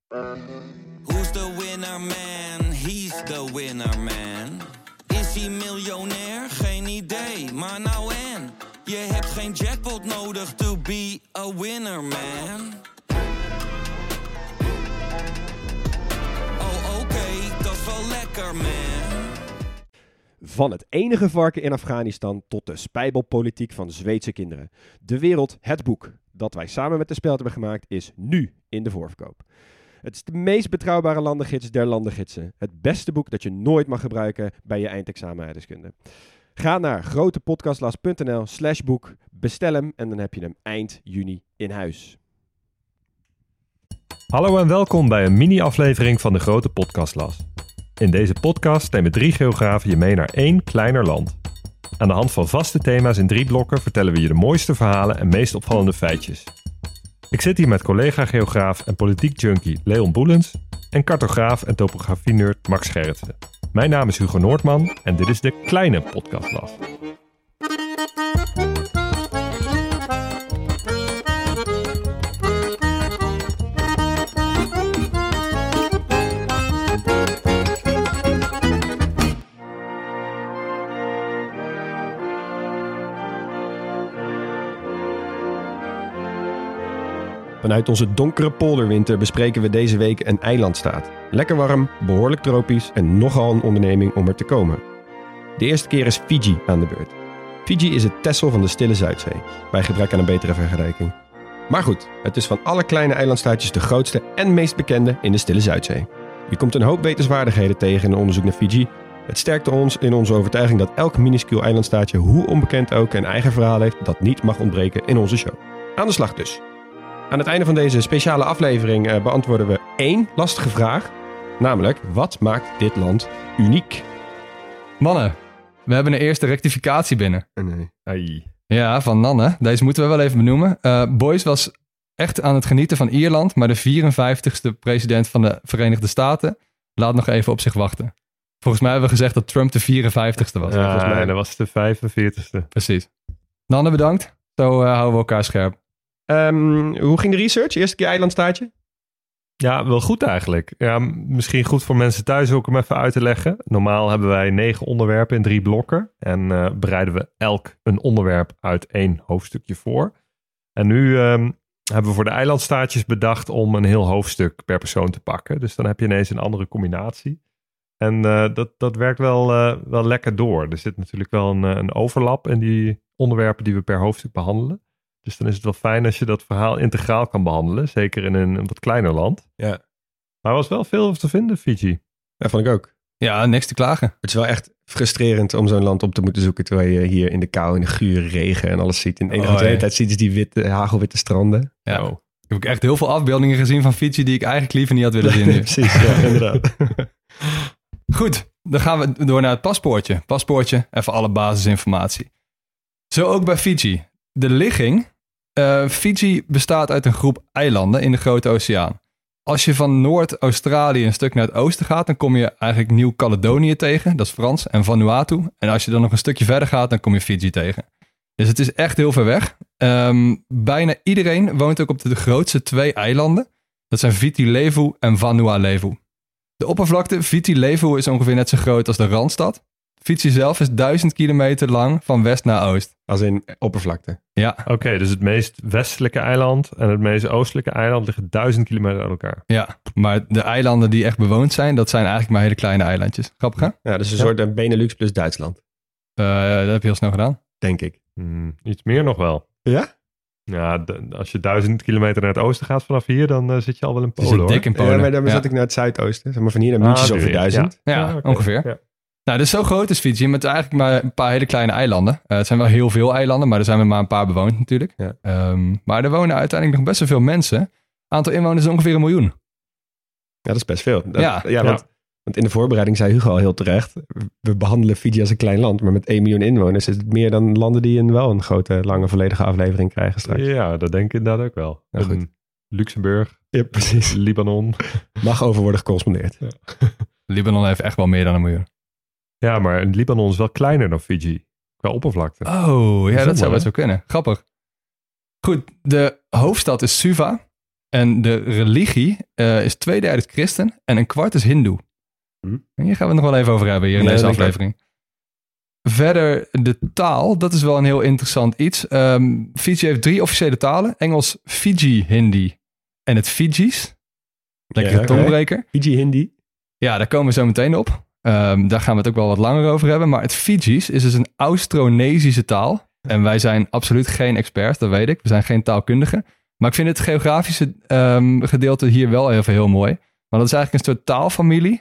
Who's the winner man? He's the winner man. Is hij miljonair? Geen idee, maar nou en. Je hebt geen jackpot nodig to be a winner man. Oh oké, dat is wel lekker man. Van het enige varken in Afghanistan tot de spijbelpolitiek van Zweedse kinderen. De Wereld, het boek dat wij samen met de Speld hebben gemaakt, is nu in de voorverkoop. Het is de meest betrouwbare landengids der landengidsen. Het beste boek dat je nooit mag gebruiken bij je eindexamen aardrijkskunde. Ga naar grotepodcastlas.nl/boek, bestel hem en dan heb je hem eind juni in huis. Hallo en welkom bij een mini-aflevering van de Grote Podcastlas. In deze podcast nemen 3 geografen je mee naar 1 kleiner land. Aan de hand van vaste thema's in 3 blokken vertellen we je de mooiste verhalen en meest opvallende feitjes. Ik zit hier met collega-geograaf en politiek junkie Leon Boelens en cartograaf en topografie-nerd Max Gerritsen. Mijn naam is Hugo Noordman en dit is de Kleine Podcastlas. Vanuit onze donkere polderwinter bespreken we deze week een eilandstaat. Lekker warm, behoorlijk tropisch en nogal een onderneming om er te komen. De eerste keer is Fiji aan de beurt. Fiji is het Texel van de Stille Zuidzee, bij gebrek aan een betere vergelijking. Maar goed, het is van alle kleine eilandstaatjes de grootste en meest bekende in de Stille Zuidzee. Je komt een hoop wetenswaardigheden tegen in een onderzoek naar Fiji. Het sterkte ons in onze overtuiging dat elk minuscuul eilandstaatje, hoe onbekend ook, een eigen verhaal heeft dat niet mag ontbreken in onze show. Aan de slag dus. Aan het einde van deze speciale aflevering beantwoorden we 1 lastige vraag. Namelijk, wat maakt dit land uniek? Mannen, we hebben een eerste rectificatie binnen. Nee. Ai. Ja, van Nanne. Deze moeten we wel even benoemen. Boyce was echt aan het genieten van Ierland, maar de 54ste president van de Verenigde Staten laat nog even op zich wachten. Volgens mij hebben we gezegd dat Trump de 54ste was. Ja, volgens mij. dat was de 45ste. Precies. Nanne, bedankt. Zo houden we elkaar scherp. Hoe ging de research? Eerste keer eilandstaatje? Ja, wel goed eigenlijk. Ja, misschien goed voor mensen thuis ook om even uit te leggen. Normaal hebben wij 9 onderwerpen in 3 blokken. En bereiden we elk een onderwerp uit 1 hoofdstukje voor. En nu hebben we voor de eilandstaatjes bedacht om een heel hoofdstuk per persoon te pakken. Dus dan heb je ineens een andere combinatie. En dat werkt wel lekker door. Er zit natuurlijk wel een overlap in die onderwerpen die we per hoofdstuk behandelen. Dus dan is het wel fijn als je dat verhaal integraal kan behandelen. Zeker in een wat kleiner land. Ja. Maar er was wel veel te vinden, Fiji. Dat vond ik ook. Ja, niks te klagen. Het is wel echt frustrerend om zo'n land op te moeten zoeken, terwijl je hier in de kou, in de gure regen en alles ziet. In de enige tijd ziet je die witte, hagelwitte stranden. Ja. Ik heb ook echt heel veel afbeeldingen gezien van Fiji die ik eigenlijk liever niet had willen zien. Nu. Precies, ja, inderdaad. Goed, dan gaan we door naar het paspoortje. Paspoortje, even alle basisinformatie. Zo ook bij Fiji. De ligging. Fiji bestaat uit een groep eilanden in de Grote Oceaan. Als je van Noord-Australië een stuk naar het oosten gaat, dan kom je eigenlijk Nieuw-Caledonië tegen. Dat is Frans. En Vanuatu. En als je dan nog een stukje verder gaat, dan kom je Fiji tegen. Dus het is echt heel ver weg. Bijna iedereen woont ook op de grootste 2 eilanden. Dat zijn Viti Levu en Vanua Levu. De oppervlakte Viti Levu is ongeveer net zo groot als de Randstad. Fiji zelf is 1000 kilometer lang van west naar oost. Als in oppervlakte. Ja. Oké, dus het meest westelijke eiland en het meest oostelijke eiland liggen 1000 kilometer uit elkaar. Ja, maar de eilanden die echt bewoond zijn, dat zijn eigenlijk maar hele kleine eilandjes. Grappig, hè? Ja, dus een soort Benelux plus Duitsland. Dat heb je heel snel gedaan. Denk ik. Iets meer nog wel. Ja? Ja, als je 1000 kilometer naar het oosten gaat vanaf hier, dan zit je al wel in Polen, Je zit dik in Polen. Ja, maar dan zat ik naar het zuidoosten. Zeg maar van hier naar München over 1000. Ja, oké. ongeveer. Ja. Nou, dus zo groot is Fiji, met eigenlijk maar een paar hele kleine eilanden. Het zijn wel heel veel eilanden, maar er zijn er maar een paar bewoond natuurlijk. Ja. Maar er wonen uiteindelijk nog best wel veel mensen. Aantal inwoners is ongeveer 1 miljoen. Ja, dat is best veel. Ja. Want in de voorbereiding zei Hugo al heel terecht, we behandelen Fiji als een klein land, maar met 1 miljoen inwoners is het meer dan landen die wel een grote, lange, volledige aflevering krijgen straks. Ja, dat denk ik inderdaad ook wel. Ja, goed. Luxemburg, Ja, precies. Libanon. Mag over worden gecorrespondeerd. Ja. Libanon heeft echt wel meer dan 1 miljoen. Ja, maar Libanon is wel kleiner dan Fiji. Qua oppervlakte. Oh, ja, dat zou wel, best wel kunnen. Grappig. Goed, de hoofdstad is Suva. En de religie is 2/3 christen en 1/4 is hindoe. En hier gaan we het nog wel even over hebben hier in deze aflevering. Verder de taal, dat is wel een heel interessant iets. Fiji heeft 3 officiële talen. Engels, Fiji, Hindi en het Fiji's. Lekkere tongbreker. Fiji, Hindi. Ja, daar komen we zo meteen op. Daar gaan we het ook wel wat langer over hebben. Maar het Fiji's is dus een Austronesische taal. En wij zijn absoluut geen experts, dat weet ik. We zijn geen taalkundigen. Maar ik vind het geografische gedeelte hier wel even heel mooi. Want dat is eigenlijk een soort taalfamilie.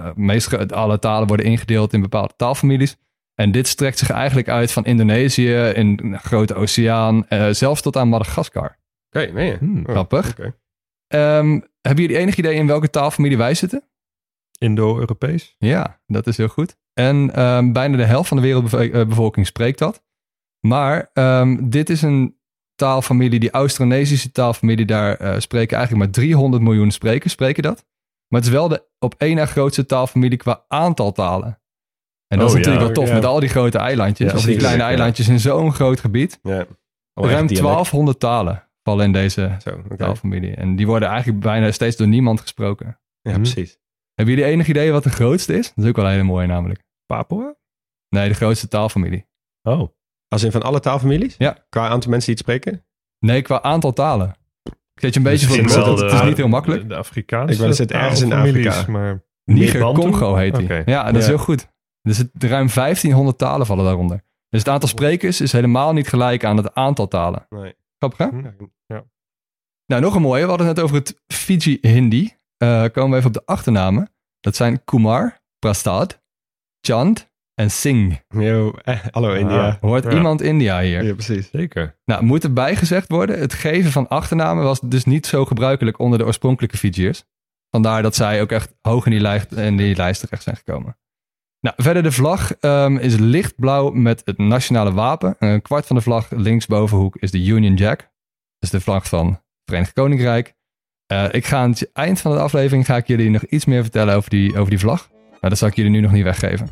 Alle talen worden ingedeeld in bepaalde taalfamilies. En dit strekt zich eigenlijk uit van Indonesië in een grote oceaan, zelfs tot aan Madagaskar. Oké, meen je? Grappig. Okay. Hebben jullie enig idee in welke taalfamilie wij zitten? Indo-Europees? Ja, dat is heel goed. En bijna de helft van de wereldbevolking spreekt dat. Maar dit is een taalfamilie, die Austronesische taalfamilie, daar spreken eigenlijk maar 300 miljoen sprekers spreken dat. Maar het is wel de op één na grootste taalfamilie qua aantal talen. En dat is natuurlijk wel tof met al die grote eilandjes. Ja, of die kleine eilandjes in zo'n groot gebied. Ja. Ruim 1200 talen vallen in deze taalfamilie. En die worden eigenlijk bijna steeds door niemand gesproken. Ja, precies. Hebben jullie enig idee wat de grootste is? Dat is ook wel een hele mooie namelijk. Papua? Nee, de grootste taalfamilie. Oh. Als in van alle taalfamilies? Ja. Qua aantal mensen die het spreken? Nee, qua aantal talen. Ik zet je een beetje voor de boord. Het is niet heel makkelijk. De Afrikaanse. Ik wou het ergens in Afrika. Maar Niger Congo heet die. Okay. Ja, dat is heel goed. Dus ruim 1500 talen vallen daaronder. Dus het aantal sprekers is helemaal niet gelijk aan het aantal talen. Nee. Grappig, hè? Ja. Nou, nog een mooie. We hadden het net over het Fiji Hindi. Komen we even op de achternamen. Dat zijn Kumar, Prasad, Chand en Singh. Yo, hallo India. Hoort iemand India hier? Ja, precies. Zeker. Nou, moet erbij gezegd worden, het geven van achternamen was dus niet zo gebruikelijk onder de oorspronkelijke Fijiërs. Vandaar dat zij ook echt hoog in die lijst terecht zijn gekomen. Nou, verder de vlag is lichtblauw met het nationale wapen. Een kwart van de vlag linksbovenhoek is de Union Jack. Dat is de vlag van het Verenigd Koninkrijk. Ik ga aan het eind van de aflevering ga ik jullie nog iets meer vertellen over die vlag. Maar dat zal ik jullie nu nog niet weggeven.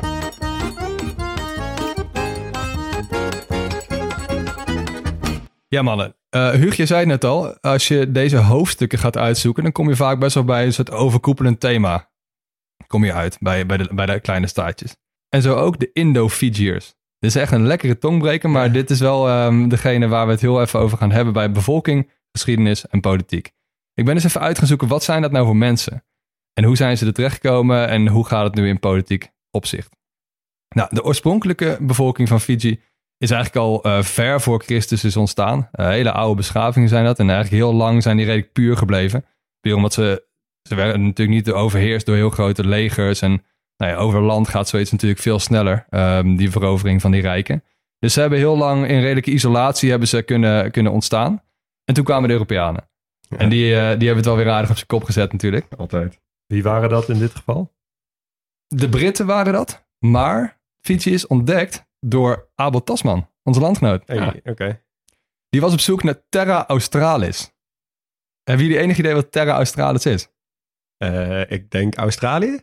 Ja mannen, Huug, je zei het net al. Als je deze hoofdstukken gaat uitzoeken, dan kom je vaak best wel bij een soort overkoepelend thema. Kom je uit bij de kleine staatjes. En zo ook de Indo-Fijiërs. Dit is echt een lekkere tongbreker, maar dit is wel degene waar we het heel even over gaan hebben bij bevolking, geschiedenis en politiek. Ik ben dus even uit gaan zoeken, wat zijn dat nou voor mensen? En hoe zijn ze er terechtgekomen en hoe gaat het nu in politiek opzicht? Nou, de oorspronkelijke bevolking van Fiji is eigenlijk al ver voor Christus is ontstaan. Hele oude beschavingen zijn dat. En eigenlijk heel lang zijn die redelijk puur gebleven. Puur omdat ze werden natuurlijk niet overheerst door heel grote legers. En over land gaat zoiets natuurlijk veel sneller. Die verovering van die rijken. Dus ze hebben heel lang in redelijke isolatie hebben ze kunnen ontstaan. En toen kwamen de Europeanen. Ja. En die hebben het wel weer aardig op zijn kop gezet natuurlijk. Altijd. Wie waren dat in dit geval? De Britten waren dat. Maar Fiji is ontdekt door Abel Tasman, onze landgenoot. Hey, okay. Die was op zoek naar Terra Australis. Hebben jullie enig idee wat Terra Australis is? Ik denk Australië?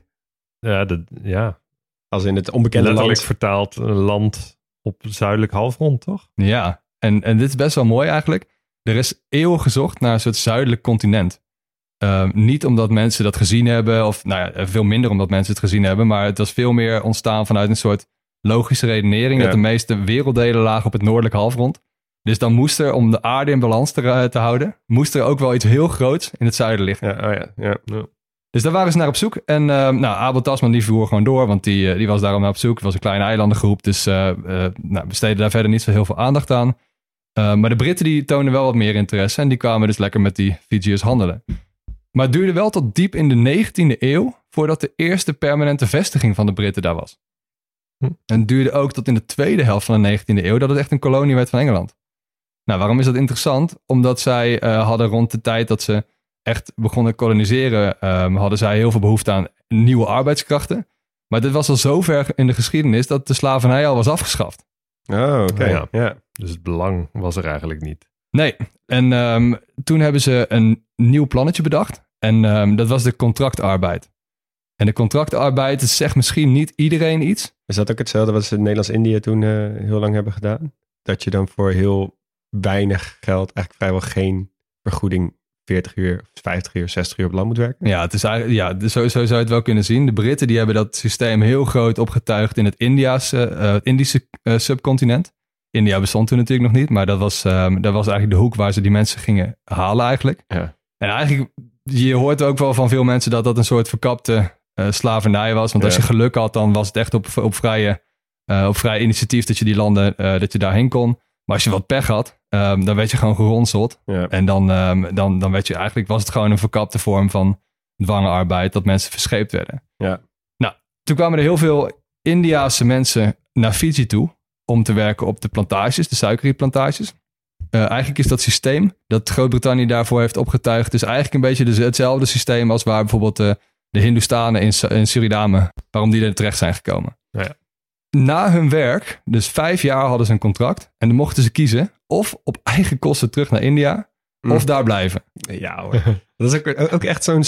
Ja. Als in het onbekende letterlijk land. vertaald een land op het zuidelijk halfrond, toch? Ja, en dit is best wel mooi eigenlijk. Er is eeuwen gezocht naar een soort zuidelijk continent. Niet omdat mensen dat gezien hebben, of veel minder omdat mensen het gezien hebben, maar het was veel meer ontstaan vanuit een soort logische redenering dat de meeste werelddelen lagen op het noordelijk halfrond. Dus dan moest er, om de aarde in balans te houden, moest er ook wel iets heel groots in het zuiden liggen. Ja. Dus daar waren ze naar op zoek. En Abel Tasman die voer gewoon door, want die was daarom naar op zoek. Het was een kleine eilandengroep, dus besteden daar verder niet zo heel veel aandacht aan. Maar de Britten die toonden wel wat meer interesse en die kwamen dus lekker met die Fijiërs handelen. Maar het duurde wel tot diep in de 19e eeuw voordat de eerste permanente vestiging van de Britten daar was. En het duurde ook tot in de tweede helft van de 19e eeuw dat het echt een kolonie werd van Engeland. Nou, waarom is dat interessant? Omdat zij hadden rond de tijd dat ze echt begonnen koloniseren, hadden zij heel veel behoefte aan nieuwe arbeidskrachten. Maar dit was al zo ver in de geschiedenis dat de slavernij al was afgeschaft. Oh, oké. Ja. Dus het belang was er eigenlijk niet. Nee, en toen hebben ze een nieuw plannetje bedacht. En dat was de contractarbeid. En de contractarbeid, het zegt misschien niet iedereen iets. Is dat ook hetzelfde wat ze in Nederlands-Indië toen heel lang hebben gedaan? Dat je dan voor heel weinig geld eigenlijk vrijwel geen vergoeding 40 uur, 50 uur, 60 uur op land moet werken. Ja, het is eigenlijk, dus zo zou je het wel kunnen zien. De Britten die hebben dat systeem heel groot opgetuigd in het Indische subcontinent. India bestond toen natuurlijk nog niet, maar dat was eigenlijk de hoek waar ze die mensen gingen halen eigenlijk. Ja. En eigenlijk, je hoort ook wel van veel mensen dat een soort verkapte slavernij was. Want als je geluk had, dan was het echt op vrij initiatief dat je die landen, dat je daarheen kon. Maar als je wat pech had, dan werd je gewoon geronseld. Ja. En dan werd je eigenlijk, was het gewoon een verkapte vorm van dwangarbeid dat mensen verscheept werden. Ja. Nou, toen kwamen er heel veel Indiase mensen naar Fiji toe om te werken op de plantages, de suikerrietplantages. Eigenlijk is dat systeem dat Groot-Brittannië daarvoor heeft opgetuigd, dus eigenlijk een beetje hetzelfde systeem als waar bijvoorbeeld de Hindoestanen in Suriname, waarom die er terecht zijn gekomen. Ja. Na hun werk, dus 5 jaar hadden ze een contract en dan mochten ze kiezen of op eigen kosten terug naar India of daar blijven. Ja hoor. Dat is ook echt zo'n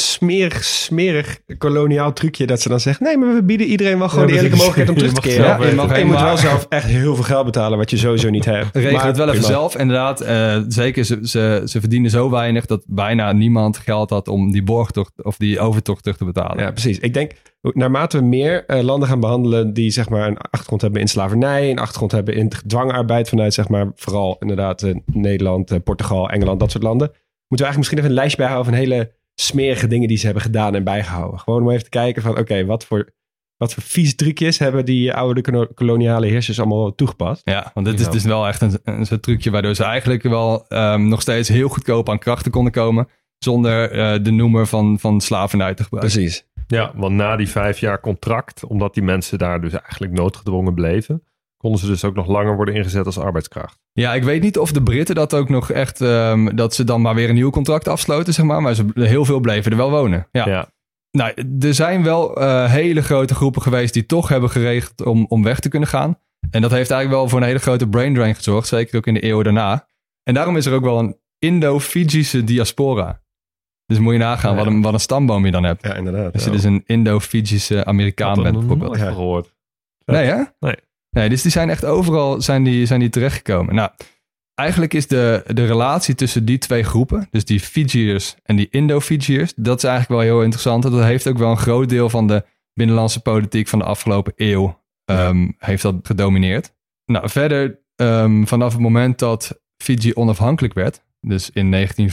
smerig koloniaal trucje dat ze dan zegt, nee, maar we bieden iedereen wel gewoon de eerlijke mogelijkheid om terug te keren. Je moet wel zelf echt heel veel geld betalen wat je sowieso niet hebt. Regel het wel even zelf. Inderdaad, zeker ze verdienen zo weinig dat bijna niemand geld had om die borgtocht of die overtocht terug te betalen. Ja, precies. Ik denk, naarmate we meer landen gaan behandelen die zeg maar een achtergrond hebben in slavernij, een achtergrond hebben in dwangarbeid vanuit zeg maar vooral inderdaad Nederland, Portugal, Engeland, dat soort landen, moeten we eigenlijk misschien even een lijstje bijhouden van hele smerige dingen die ze hebben gedaan en bijgehouden. Gewoon om even te kijken van oké, wat voor vieze trucjes hebben die oude koloniale heersers allemaal toegepast. Ja, want dit is dus wel echt een soort trucje waardoor ze eigenlijk wel nog steeds heel goedkoop aan krachten konden komen zonder de noemer van slavernij te gebruiken. Precies. Ja, want na die 5 jaar contract, omdat die mensen daar dus eigenlijk noodgedwongen bleven, konden ze dus ook nog langer worden ingezet als arbeidskracht. Ja, ik weet niet of de Britten dat ook nog echt, dat ze dan maar weer een nieuw contract afsloten, zeg maar ze heel veel bleven er wel wonen. Ja. Nou, er zijn wel hele grote groepen geweest die toch hebben geregeld om weg te kunnen gaan. En dat heeft eigenlijk wel voor een hele grote brain drain gezorgd, zeker ook in de eeuwen daarna. En daarom is er ook wel een Indo-Fijische diaspora. Dus moet je nagaan wat een stamboom je dan hebt. Ja, inderdaad. Als je dus een Indo-Fijische Amerikaan bent bijvoorbeeld. Nooit gehoord. Nee, hè? Nee, dus die zijn echt overal zijn die terechtgekomen. Nou, eigenlijk is de relatie tussen die twee groepen, dus die Fijiërs en die Indo-Fijiërs, dat is eigenlijk wel heel interessant. Dat heeft ook wel een groot deel van de binnenlandse politiek van de afgelopen eeuw heeft dat gedomineerd. Nou, verder, vanaf het moment dat Fiji onafhankelijk werd, dus in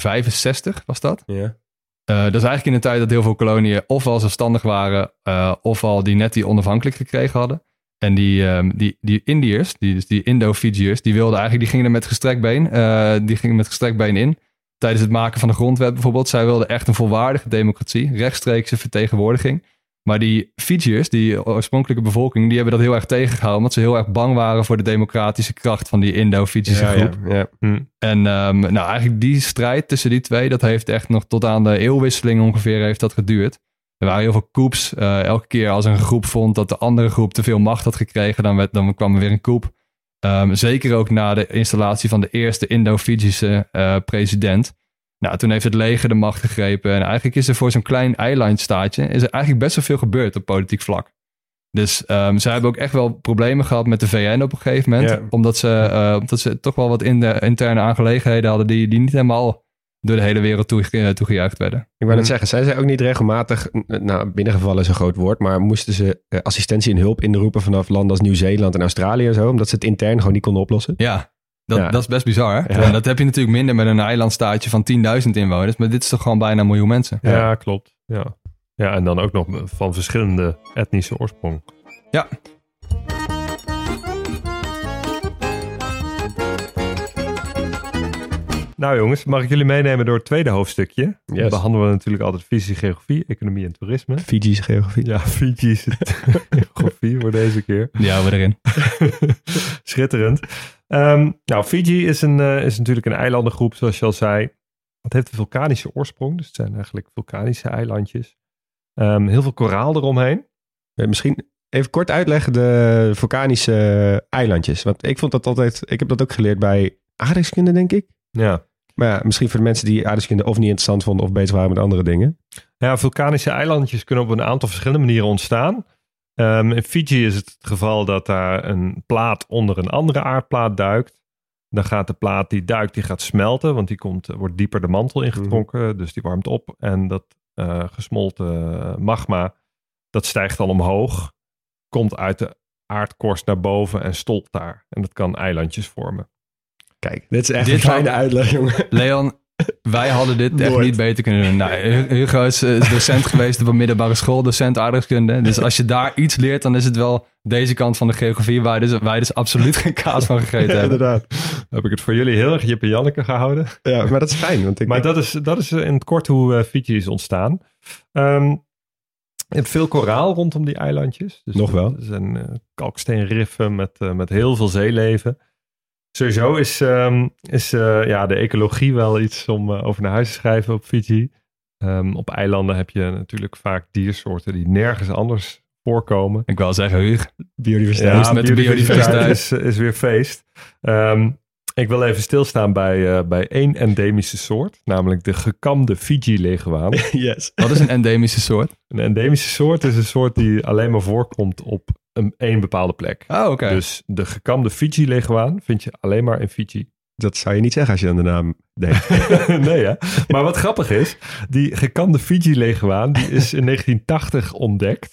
1965 was dat. Ja. Dat is eigenlijk in een tijd dat heel veel koloniën ofwel zelfstandig waren, ofwel die net die onafhankelijk gekregen hadden. En die Indiërs, dus die Indo-Fijiërs, die gingen er met gestrekt been in. Tijdens het maken van de grondwet bijvoorbeeld. Zij wilden echt een volwaardige democratie, rechtstreekse vertegenwoordiging. Maar die Fijiërs, die oorspronkelijke bevolking, die hebben dat heel erg tegengehouden, omdat ze heel erg bang waren voor de democratische kracht van die Indo-Fijische groep. Ja. En eigenlijk die strijd tussen die twee, dat heeft echt nog tot aan de eeuwwisseling ongeveer heeft dat geduurd. Er waren heel veel coups. Elke keer als een groep vond dat de andere groep te veel macht had gekregen, dan kwam er weer een coup. Zeker ook na de installatie van de eerste Indo-Fijische president. Nou, toen heeft het leger de macht gegrepen. En eigenlijk is er voor zo'n klein eilandstaatje is er eigenlijk best wel veel gebeurd op politiek vlak. Dus ze hebben ook echt wel problemen gehad met de VN op een gegeven moment. Ja. Omdat ze toch wel wat interne aangelegenheden hadden die niet helemaal door de hele wereld toegejuicht werden. Ik wou net zeggen, zijn zij ook niet regelmatig, binnengevallen is een groot woord, maar moesten ze assistentie en hulp inroepen vanaf landen als Nieuw-Zeeland en Australië en zo, omdat ze het intern gewoon niet konden oplossen? Ja, dat is best bizar. Hè? Ja. En dat heb je natuurlijk minder met een eilandstaatje van 10.000 inwoners, maar dit is toch gewoon bijna 1 miljoen mensen. Ja, klopt. Ja, en dan ook nog van verschillende etnische oorsprong. Ja. Nou jongens, mag ik jullie meenemen door het tweede hoofdstukje? Yes. Dan behandelen we natuurlijk altijd fysische geografie, economie en toerisme. Fiji's geografie. Ja, Fiji's geografie voor deze keer. Ja, we erin. Schitterend. Fiji is natuurlijk een eilandengroep, zoals je al zei. Het heeft een vulkanische oorsprong, dus het zijn eigenlijk vulkanische eilandjes. Heel veel koraal eromheen. Misschien even kort uitleggen de vulkanische eilandjes. Want ik heb dat ook geleerd bij aardrijkskunde, denk ik. Ja. Maar ja, misschien voor de mensen die aardrijkskunde of niet interessant vonden of bezig waren met andere dingen. Ja, vulkanische eilandjes kunnen op een aantal verschillende manieren ontstaan. In Fiji is het geval dat daar een plaat onder een andere aardplaat duikt. Dan gaat de plaat die duikt, die gaat smelten. Want die wordt dieper de mantel ingetrokken. Dus die warmt op. En dat gesmolten magma, dat stijgt dan omhoog. Komt uit de aardkorst naar boven en stolt daar. En dat kan eilandjes vormen. Kijk, dit is echt een fijne uitleg, jongen. Leon, wij hadden dit echt niet beter kunnen doen. Nou, Hugo is docent geweest op een middelbare school, docent aardrijkskunde. Dus als je daar iets leert, dan is het wel deze kant van de geografie waar wij dus absoluut geen kaas van gegeten hebben. Inderdaad. Dan heb ik het voor jullie heel erg Jip en Janneke gehouden. Ja, maar dat is fijn. Want dat is in het kort hoe Fiji is ontstaan. Je hebt veel koraal rondom die eilandjes. Dus nog wel. Er zijn kalksteenriffen met heel veel zeeleven. Sowieso is de ecologie wel iets om over naar huis te schrijven op Fiji. Op eilanden heb je natuurlijk vaak diersoorten die nergens anders voorkomen. Ik wil zeggen, Hugo. Biodiversiteit. Ja, met de biodiversiteit is weer feest. Ik wil even stilstaan bij één endemische soort. Namelijk de gekamde Fiji-leguaan. Yes. Wat is een endemische soort? Een endemische soort is een soort die alleen maar voorkomt op één bepaalde plek. Oh, oké. Dus de gekamde Fiji-leguaan vind je alleen maar in Fiji. Dat zou je niet zeggen als je aan de naam denkt. Nee, hè? Maar wat grappig is, die gekamde Fiji-leguaan die is in 1980 ontdekt.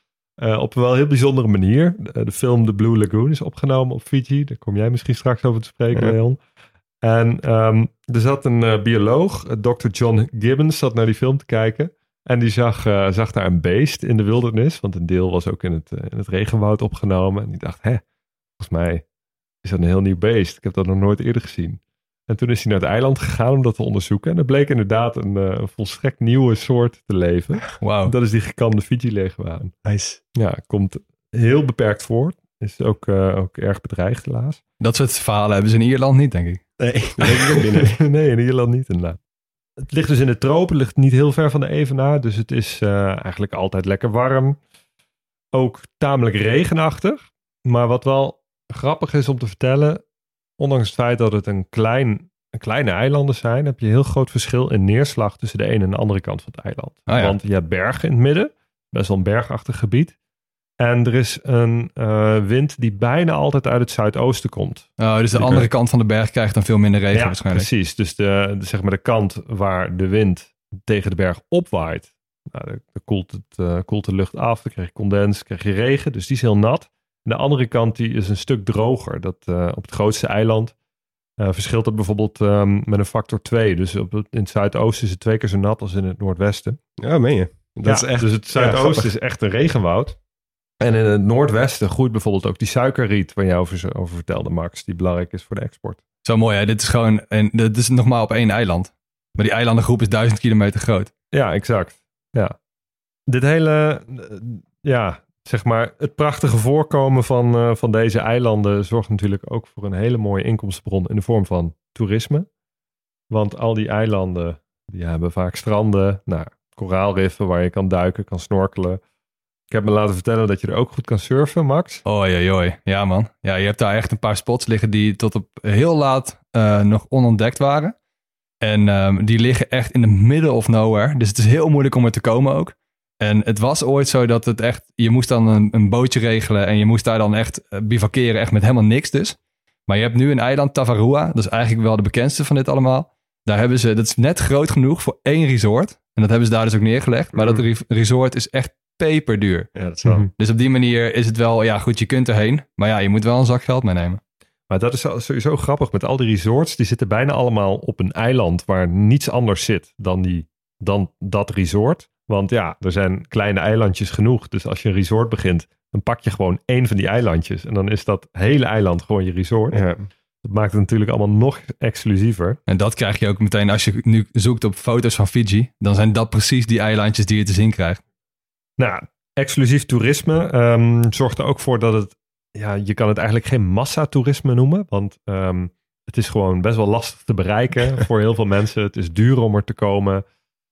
Op een wel heel bijzondere manier. De film The Blue Lagoon is opgenomen op Fiji. Daar kom jij misschien straks over te spreken, Leon. En er zat een bioloog, Dr. John Gibbons, zat naar die film te kijken. En die zag daar een beest in de wildernis. Want een deel was ook in het regenwoud opgenomen. En die dacht, volgens mij is dat een heel nieuw beest. Ik heb dat nog nooit eerder gezien. En toen is hij naar het eiland gegaan om dat te onderzoeken. En er bleek inderdaad een volstrekt nieuwe soort te leven. Wow. Dat is die gekamde Fiji-leguaan. Nice. Ja, komt heel beperkt voor. Is ook erg bedreigd helaas. Dat soort verhalen hebben ze in Ierland niet, denk ik. Nee, dat denk ik ook niet. Nee, in Ierland niet inderdaad. Het ligt dus in de tropen, ligt niet heel ver van de evenaar. Dus het is eigenlijk altijd lekker warm. Ook tamelijk regenachtig. Maar wat wel grappig is om te vertellen, ondanks het feit dat het een kleine eilanden zijn, heb je een heel groot verschil in neerslag tussen de ene en de andere kant van het eiland. Oh ja. Want je hebt bergen in het midden, best wel een bergachtig gebied. En er is een wind die bijna altijd uit het zuidoosten komt. Oh, dus de andere kant van de berg krijgt dan veel minder regen waarschijnlijk. Precies. Dus de kant waar de wind tegen de berg opwaait, dan koelt de lucht af, dan krijg je condens, krijg je regen. Dus die is heel nat. En de andere kant die is een stuk droger. Op het grootste eiland verschilt het bijvoorbeeld met een factor 2. Dus in het zuidoosten is het 2 keer zo nat als in het noordwesten. Ja, meen je? Dat is echt, dus het zuidoosten is echt een regenwoud. En in het noordwesten groeit bijvoorbeeld ook die suikerriet waar je over vertelde, Max, die belangrijk is voor de export. Zo mooi, hè? Dit is gewoon, dit is nog maar op één eiland. Maar die eilandengroep is 1000 kilometer groot. Ja, exact. Ja. Dit hele, zeg maar, het prachtige voorkomen van deze eilanden zorgt natuurlijk ook voor een hele mooie inkomstenbron in de vorm van toerisme. Want al die eilanden, die hebben vaak stranden, koraalriffen waar je kan duiken, kan snorkelen. Ik heb me laten vertellen dat je er ook goed kan surfen, Max. Oei. Ja, man. Ja, je hebt daar echt een paar spots liggen die tot op heel laat nog onontdekt waren. En die liggen echt in the middle of nowhere. Dus het is heel moeilijk om er te komen ook. En het was ooit zo dat het echt, je moest dan een bootje regelen en je moest daar dan echt bivakeren, echt met helemaal niks dus. Maar je hebt nu een eiland, Tavarua. Dat is eigenlijk wel de bekendste van dit allemaal. Daar hebben ze, dat is net groot genoeg voor 1 resort. En dat hebben ze daar dus ook neergelegd. Maar dat resort is echt peperduur. Ja, dat is wel. Dus op die manier is het wel, ja goed, je kunt erheen. Maar ja, je moet wel een zak geld meenemen. Maar dat is sowieso grappig. Met al die resorts, die zitten bijna allemaal op een eiland waar niets anders zit dan dat resort. Want ja, er zijn kleine eilandjes genoeg. Dus als je een resort begint, dan pak je gewoon 1 van die eilandjes. En dan is dat hele eiland gewoon je resort. Ja. Dat maakt het natuurlijk allemaal nog exclusiever. En dat krijg je ook meteen als je nu zoekt op foto's van Fiji. Dan zijn dat precies die eilandjes die je te zien krijgt. Nou, exclusief toerisme zorgt er ook voor dat het, je kan het eigenlijk geen massatoerisme noemen. Want het is gewoon best wel lastig te bereiken voor heel veel mensen. Het is duur om er te komen.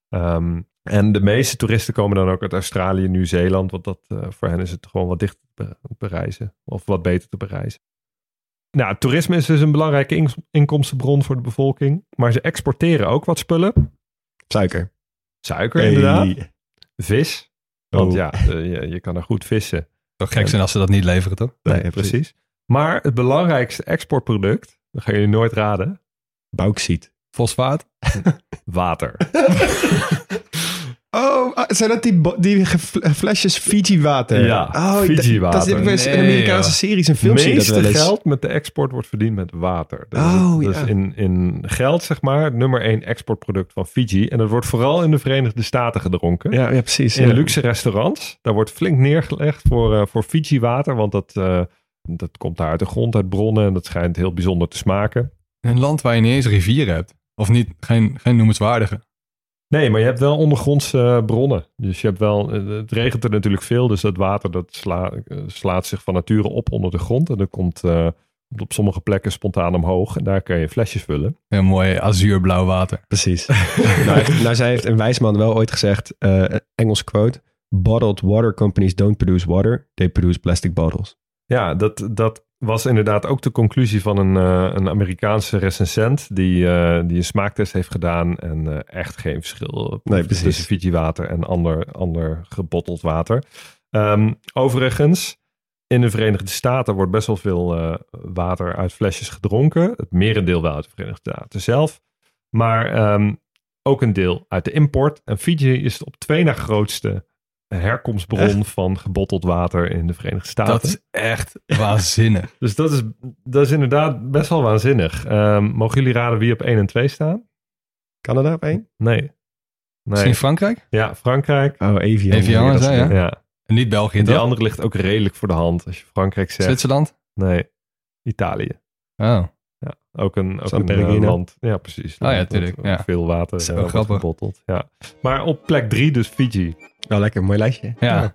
En de meeste toeristen komen dan ook uit Australië, Nieuw-Zeeland. Want voor hen is het gewoon wat dichter te bereizen. Of wat beter te bereizen. Nou, toerisme is dus een belangrijke inkomstenbron voor de bevolking. Maar ze exporteren ook wat spullen. Suiker, Inderdaad. Vis. Want je kan er goed vissen. Toch gek zijn als ze dat niet leveren, toch? Nee, precies. Maar het belangrijkste exportproduct Dat gaan jullie nooit raden. Bauxiet. Fosfaat. Water. Oh, zijn dat die flesjes Fiji-water? Ja, oh, Fiji-water. Dat is bij Nee, Amerikaanse series en films. Het meeste dat wel eens. geld met de export wordt verdiend met water. Dus ja. in geld, zeg maar, het nummer 1 exportproduct van Fiji. En dat wordt vooral in de Verenigde Staten gedronken. Ja, precies. In ja. luxe restaurants. Daar wordt flink neergelegd voor Fiji-water. Want dat komt daar uit de grond, uit bronnen. En dat schijnt heel bijzonder te smaken. Een land waar je niet eens rivieren hebt. Of niet, geen noemenswaardige. Nee, maar je hebt wel ondergrondse bronnen. Dus je hebt wel, het regent er natuurlijk veel. Dus dat water slaat zich van nature op onder de grond. En dat komt op sommige plekken spontaan omhoog. En daar kun je flesjes vullen. Heel mooi azuurblauw water. Precies. Zij heeft een wijsman wel ooit gezegd, Engels quote, bottled water companies don't produce water, they produce plastic bottles. Ja, dat was inderdaad ook de conclusie van een Amerikaanse recensent die een smaaktest heeft gedaan en echt geen verschil tussen Fiji-water en ander gebotteld water. Overigens, in de Verenigde Staten wordt best wel veel water uit flesjes gedronken. Het merendeel wel uit de Verenigde Staten zelf. Maar ook een deel uit de import. En Fiji is de op 2 na grootste herkomstbron van gebotteld water in de Verenigde Staten. Dat is echt waanzinnig. Dus dat is inderdaad best wel waanzinnig. Mogen jullie raden wie op 1 en 2 staan? Canada op 1? Nee. Misschien Frankrijk? Ja, Frankrijk. Oh, Evian. Evian, ja. Ja. En niet België, En die toch? andere ligt ook redelijk voor de hand. Als je Frankrijk zegt. Zwitserland? Nee, Italië. Oh. Ja, ook een Pellegrino. land. Ja, precies. Oh ja, tuurlijk. Ja. Veel water Zo wordt grappig. gebotteld. Ja. Maar op plek 3 dus Fiji. Oh, lekker. Mooi lijstje. Ja.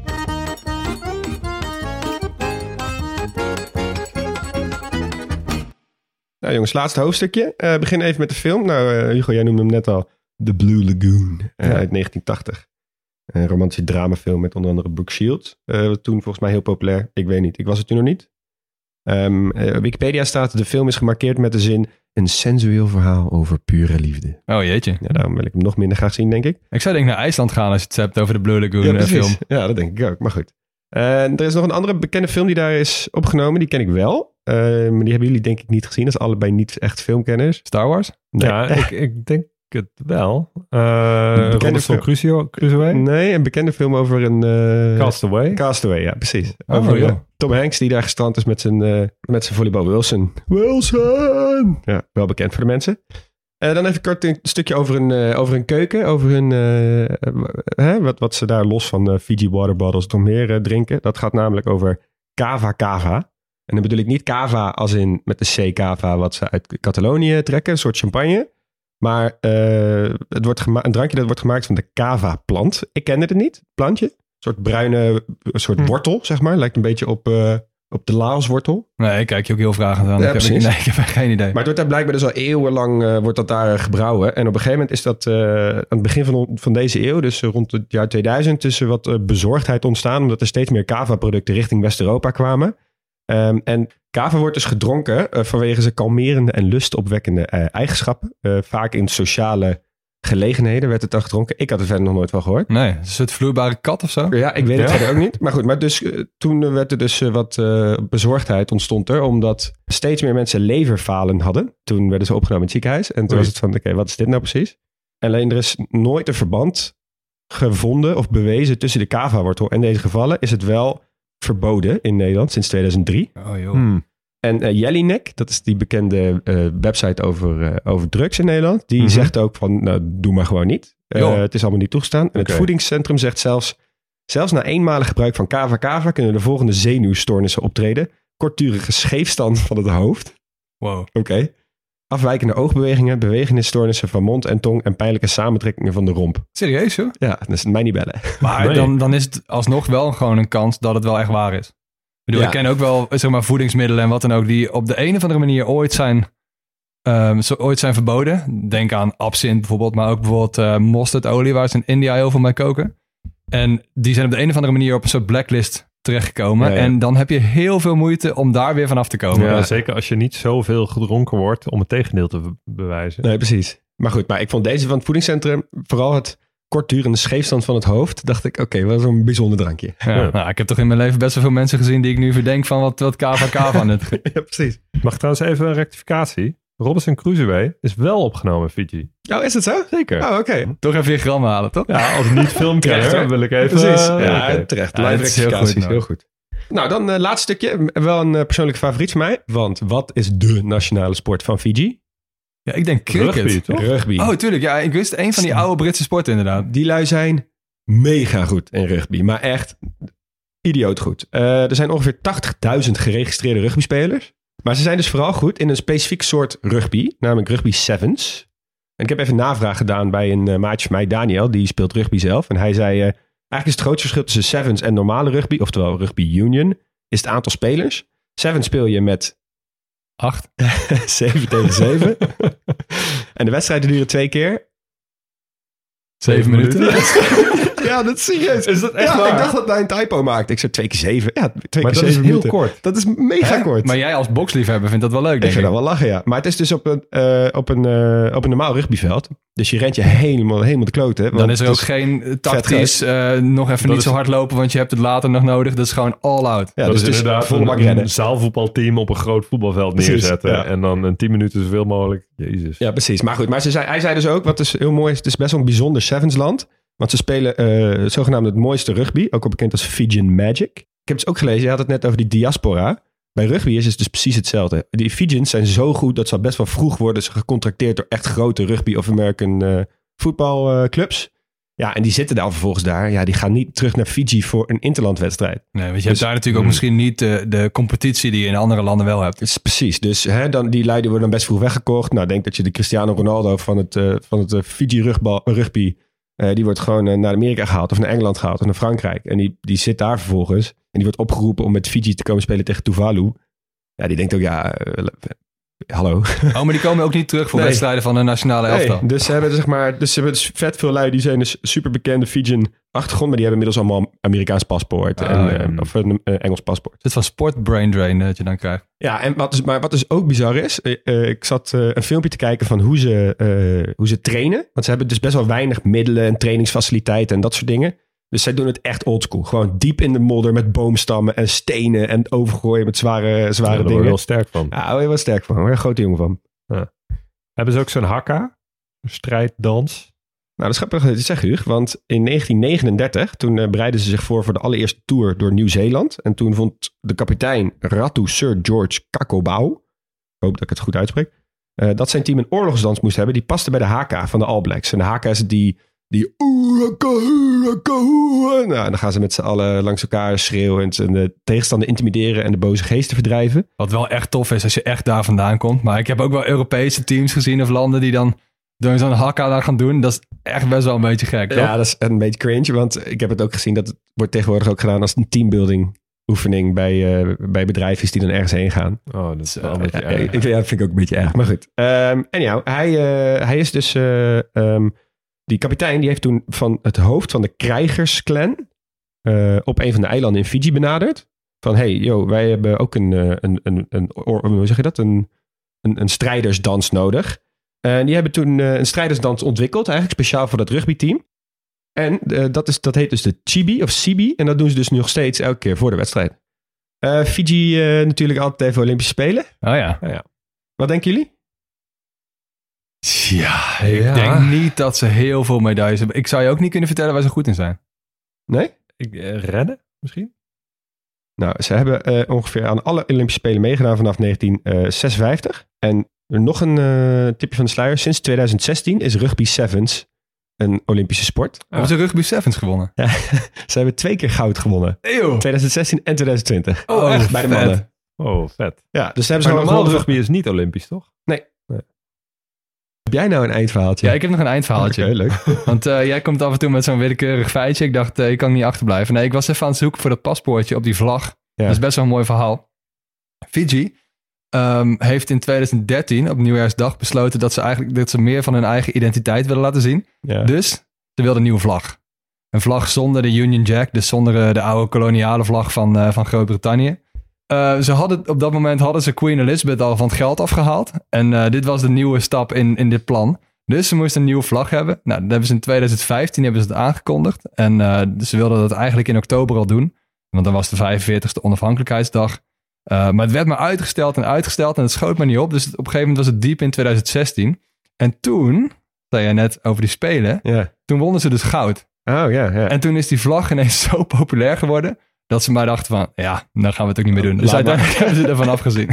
Nou jongens, laatste hoofdstukje. Begin even met de film. Nou Hugo, jij noemde hem net al. The Blue Lagoon uit 1980. Een romantische dramafilm met onder andere Brooke Shields. Toen volgens mij heel populair. Ik weet niet. Ik was het toen nog niet. Wikipedia staat, de film is gemarkeerd met de zin een sensueel verhaal over pure liefde. Oh jeetje. Ja, daarom wil ik hem nog minder graag zien, denk ik. Ik zou denk naar IJsland gaan als je het hebt over de Blue Lagoon Ja, film. Ja, dat denk ik ook. Maar goed. Er is nog een andere bekende film die daar is opgenomen. Die ken ik wel. Maar die hebben jullie denk ik niet gezien. Dat is allebei niet echt filmkenners. Star Wars? Nee. Ja, ik denk het wel. bekende Robinson Crusoe? Nee, een bekende film over een... Castaway? Castaway, ja, precies. Oh, Over ja. Tom Hanks die daar gestrand is met zijn volleybal Wilson. Wilson! Ja, wel bekend voor de mensen. Dan even kort een stukje over een keuken. Over wat ze daar los van Fiji water bottles nog meer drinken. Dat gaat namelijk over Cava. En dan bedoel ik niet Cava als in met de C Cava wat ze uit Catalonië trekken. Een soort champagne. Maar het wordt een drankje dat wordt gemaakt van de Cava-plant. Ik kende het niet, plantje. Een soort bruine, wortel, zeg maar. Lijkt een beetje op de Laoswortel. Nee, ik kijk je ook heel vragend aan. Ja, ik heb geen idee. Maar het wordt daar blijkbaar dus al eeuwenlang wordt dat daar gebrouwen. En op een gegeven moment is dat aan het begin van deze eeuw, dus rond het jaar 2000, tussen wat bezorgdheid ontstaan. Omdat er steeds meer Cava-producten richting West-Europa kwamen. En Cava wordt dus gedronken vanwege zijn kalmerende en lustopwekkende eigenschappen. Vaak in sociale gelegenheden werd het dan gedronken. Ik had er verder nog nooit van gehoord. Nee, is het een soort vloeibare kat of zo? Ja, ik weet het verder ook niet. Maar goed, toen werd er dus wat bezorgdheid ontstond er. Omdat steeds meer mensen leverfalen hadden. Toen werden ze opgenomen in het ziekenhuis. En toen was het van, oké, wat is dit nou precies? Alleen er is nooit een verband gevonden of bewezen tussen de Cava-wortel en deze gevallen. Is het wel verboden in Nederland sinds 2003. Oh joh. En Jelinek, dat is die bekende website over drugs in Nederland. Die zegt ook van, nou, doe maar gewoon niet. Het is allemaal niet toegestaan. En het voedingscentrum zegt zelfs na eenmalig gebruik van Cava kunnen de volgende zenuwstoornissen optreden. Kortdurige scheefstand van het hoofd. Wow. Oké. Afwijkende oogbewegingen, bewegingsstoornissen van mond en tong en pijnlijke samentrekkingen van de romp. Serieus hoor? Ja, dus mij niet bellen. Maar dan is het alsnog wel gewoon een kans dat het wel echt waar is. Ik bedoel, ik ken ook wel zeg maar, voedingsmiddelen en wat dan ook die op de een of andere manier ooit zijn verboden. Denk aan absint bijvoorbeeld, maar ook bijvoorbeeld mosterdolie waar ze in India heel veel mee koken. En die zijn op de een of andere manier op een soort blacklist terechtgekomen. Ja. En dan heb je heel veel moeite om daar weer vanaf te komen. Ja, zeker als je niet zoveel gedronken wordt om het tegendeel te bewijzen. Nee, precies. Maar goed, ik vond deze van het voedingscentrum vooral het kortdurende scheefstand van het hoofd, dacht ik, oké, wat een bijzonder drankje. Ja. Nou, ik heb toch in mijn leven best wel veel mensen gezien die ik nu verdenk van wat KVK van het. Ja, precies. Mag trouwens even een rectificatie. Robinson Crusoe is wel opgenomen in Fiji. Oh, is het zo? Zeker. Oh, oké. Toch even je grammen halen, toch? Ja, als niet filmkenner wil ik even... Precies. oké. Terecht. Ja, Live dat is heel rectificaties. goed, Heel goed. Nou, dan laatste stukje. Wel een persoonlijke favoriet van mij. Want wat is de nationale sport van Fiji? Ja, ik denk cricket. Rugby, toch? Rugby. Oh, tuurlijk. Ja, ik wist een van die oude Britse sporten inderdaad. Die lui zijn mega goed in rugby. Maar echt idioot goed. Er zijn ongeveer 80.000 geregistreerde rugbyspelers. Maar ze zijn dus vooral goed in een specifiek soort rugby. Namelijk rugby sevens. En ik heb even navraag gedaan bij een maatje van mij, Daniel. Die speelt rugby zelf. En hij zei, eigenlijk is het grootste verschil tussen sevens en normale rugby, oftewel rugby union, is het aantal spelers. Sevens speel je met 8. 7 tegen 7. En de wedstrijden duren 2 keer. 7 minuten. Ja, dat is serieus. Is dat echt ja, waar? ik dacht dat hij een typo maakte. Ik zei 2 keer 7. Ja, 2 Maar keer dat 7 is heel minuten. kort. Dat is mega kort. Maar jij als boksliefhebber vindt dat wel leuk, Ik denk vind ik. dat wel lachen, ja. Maar het is dus op een normaal rugbyveld. Dus je rent je helemaal de kloten. Want Dan is er ook het geen tactisch nog even Dat niet is- zo hard lopen, want je hebt het later nog nodig. Dat is gewoon all out. Ja, dat dus is het is inderdaad volle bak rennen. een zaalvoetbalteam op een groot voetbalveld Precies, neerzetten. ja. En dan in 10 minuten zoveel mogelijk. Jezus. Ja, precies. Maar goed, hij zei dus ook, wat dus heel mooi is, het is best wel een bijzonder Sevensland. Want ze spelen zogenaamd het mooiste rugby, ook al bekend als Fijian Magic. Ik heb dus ook gelezen, je had het net over die diaspora. Bij rugby is het dus precies hetzelfde. Die Fijians zijn zo goed dat ze al best wel vroeg worden gecontracteerd door echt grote rugby of American voetbalclubs. Ja, en die zitten daar vervolgens daar. Ja, die gaan niet terug naar Fiji voor een interlandwedstrijd. Nee, want je hebt daar natuurlijk ook misschien niet de competitie die je in andere landen wel hebt. Is precies. Dus dan, die lui die worden dan best vroeg weggekocht. Nou, denk dat je de Cristiano Ronaldo van het Fiji rugby... die wordt gewoon naar Amerika gehaald of naar Engeland gehaald of naar Frankrijk. En die zit daar vervolgens. En die wordt opgeroepen om met Fiji te komen spelen tegen Tuvalu. Ja, die denkt ook, hallo. Oh, maar die komen ook niet terug voor Nee. wedstrijden van de nationale elftal. Nee, dus ze hebben dus vet veel lui. Die zijn dus super bekende Fijian achtergrond. Maar die hebben inmiddels allemaal Amerikaans paspoort. Of een Engels paspoort. Het is van sport brain drain dat je dan krijgt. Ja, en wat dus ook bizar is. Ik zat een filmpje te kijken van hoe ze trainen. Want ze hebben dus best wel weinig middelen en trainingsfaciliteiten en dat soort dingen. Dus zij doen het echt oldschool. Gewoon diep in de modder met boomstammen en stenen en overgooien met zware Ja, daar word je dingen. wel sterk van. Ja, daar word je wel sterk van. Daar word je een grote jongen van. Hebben ze ook zo'n hakka? Een strijddans? Nou, dat is grappig dat je het zegt, Huug. Want in 1939, toen bereidden ze zich voor de allereerste tour door Nieuw-Zeeland. En toen vond de kapitein Ratu Sir George Kakobau, ik hoop dat ik het goed uitspreek, dat zijn team een oorlogsdans moest hebben. Die paste bij de haka van de All Blacks. En de haka is die nou, dan gaan ze met z'n allen langs elkaar schreeuwen en de tegenstander intimideren en de boze geesten verdrijven. Wat wel echt tof is als je echt daar vandaan komt. Maar ik heb ook wel Europese teams gezien of landen die dan door zo'n hakka daar gaan doen. Dat is echt best wel een beetje gek, toch? Ja, dat is een beetje cringe, want ik heb het ook gezien dat het wordt tegenwoordig ook gedaan als een teambuilding oefening bij bedrijven die dan ergens heen gaan. Oh, dat is wel een beetje erg. Dat vind ik ook een beetje erg, maar goed. Anyhow, hij is dus... die kapitein die heeft toen van het hoofd van de krijgersclan op een van de eilanden in Fiji benaderd. Van, wij hebben ook hoe zeg je dat? Een strijdersdans nodig. Die hebben toen een strijdersdans ontwikkeld, eigenlijk speciaal voor dat rugbyteam. En dat heet dus de Chibi of Sibi. En dat doen ze dus nog steeds elke keer voor de wedstrijd. Fiji natuurlijk altijd even Olympische Spelen. Oh ja. Wat denken jullie? Ja, ik denk niet dat ze heel veel medailles hebben. Ik zou je ook niet kunnen vertellen waar ze goed in zijn. Nee? Rennen misschien? Nou, ze hebben ongeveer aan alle Olympische Spelen meegedaan vanaf 1956. En nog een tipje van de sluier. Sinds 2016 is rugby sevens een Olympische sport. Hebben ze rugby sevens gewonnen? Ja, ze hebben 2 keer goud gewonnen. Eeuw. 2016 en 2020. Oh, echt bij de vet. mannen. Oh, vet. Ja, dus hebben ze Maar gewoon normaal gewonnen. rugby is niet Olympisch, toch? Heb jij nou een eindverhaaltje? Ja, ik heb nog een eindverhaaltje. Oké, leuk. Want jij komt af en toe met zo'n willekeurig feitje. Ik dacht, ik kan niet achterblijven. Nee, ik was even aan het zoeken voor dat paspoortje op die vlag. Ja. Dat is best wel een mooi verhaal. Fiji heeft in 2013 op Nieuwjaarsdag besloten dat ze meer van hun eigen identiteit willen laten zien. Ja. Dus ze wilden een nieuwe vlag. Een vlag zonder de Union Jack, dus zonder de oude koloniale vlag van Groot-Brittannië. Op dat moment hadden ze Queen Elizabeth al van het geld afgehaald. En dit was de nieuwe stap in dit plan. Dus ze moesten een nieuwe vlag hebben. Nou, dat hebben ze in 2015 hebben ze het aangekondigd. En ze wilden dat eigenlijk in oktober al doen. Want dan was de 45e onafhankelijkheidsdag. Maar het werd maar uitgesteld en het schoot maar niet op. Dus op een gegeven moment was het diep in 2016. En toen, zei jij net over die Spelen, toen wonnen ze dus goud. Oh ja. En toen is die vlag ineens zo populair geworden, dat ze maar dachten van, ja, dan gaan we het ook niet meer doen. Dus uiteindelijk hebben ze ervan afgezien.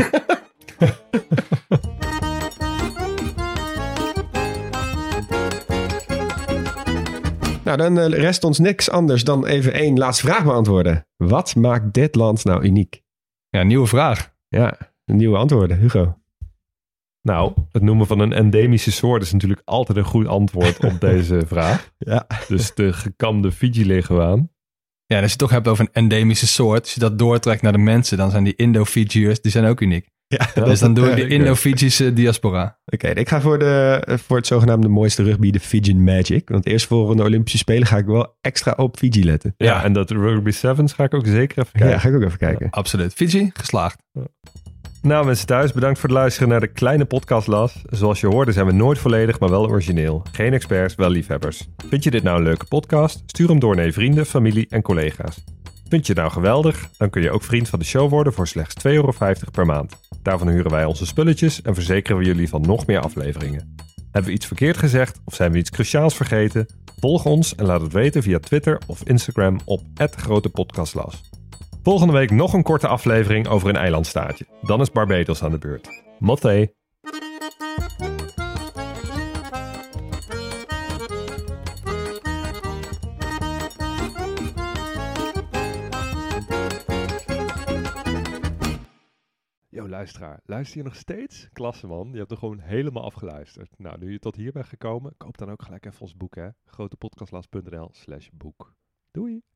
Nou, dan rest ons niks anders dan even 1 laatste vraag beantwoorden. Wat maakt dit land nou uniek? Ja, nieuwe vraag. Ja, nieuwe antwoorden. Hugo? Nou, het noemen van een endemische soort is natuurlijk altijd een goed antwoord op deze vraag. Ja. Dus de gekamde Fiji-leguaan. Ja, en als je het toch hebt over een endemische soort, als je dat doortrekt naar de mensen, dan zijn die Indo-Fijiërs, die zijn ook uniek. Ja, dus dan doe ik de Indo-Fijische diaspora. Oké, ik ga voor het zogenaamde mooiste rugby, de Fijian Magic. Want eerst voor de Olympische Spelen ga ik wel extra op Fiji letten. Ja, en dat Rugby Sevens ga ik ook zeker even kijken. Ja, ga ik ook even kijken. Ja, absoluut. Fiji, geslaagd. Nou mensen thuis, bedankt voor het luisteren naar de kleine podcast Las. Zoals je hoorde zijn we nooit volledig, maar wel origineel. Geen experts, wel liefhebbers. Vind je dit nou een leuke podcast? Stuur hem door naar je vrienden, familie en collega's. Vind je het nou geweldig? Dan kun je ook vriend van de show worden voor slechts €2,50 per maand. Daarvan huren wij onze spulletjes en verzekeren we jullie van nog meer afleveringen. Hebben we iets verkeerd gezegd of zijn we iets cruciaals vergeten? Volg ons en laat het weten via Twitter of Instagram op @grotepodcastlas. Volgende week nog een korte aflevering over een eilandstaatje. Dan is Barbados aan de beurt. Mothé. Yo luisteraar, luister je nog steeds? Klasse man, je hebt er gewoon helemaal afgeluisterd. Nou, nu je tot hier bent gekomen, koop dan ook gelijk even ons boek hè. grotepodcastlas.nl/boek. Doei!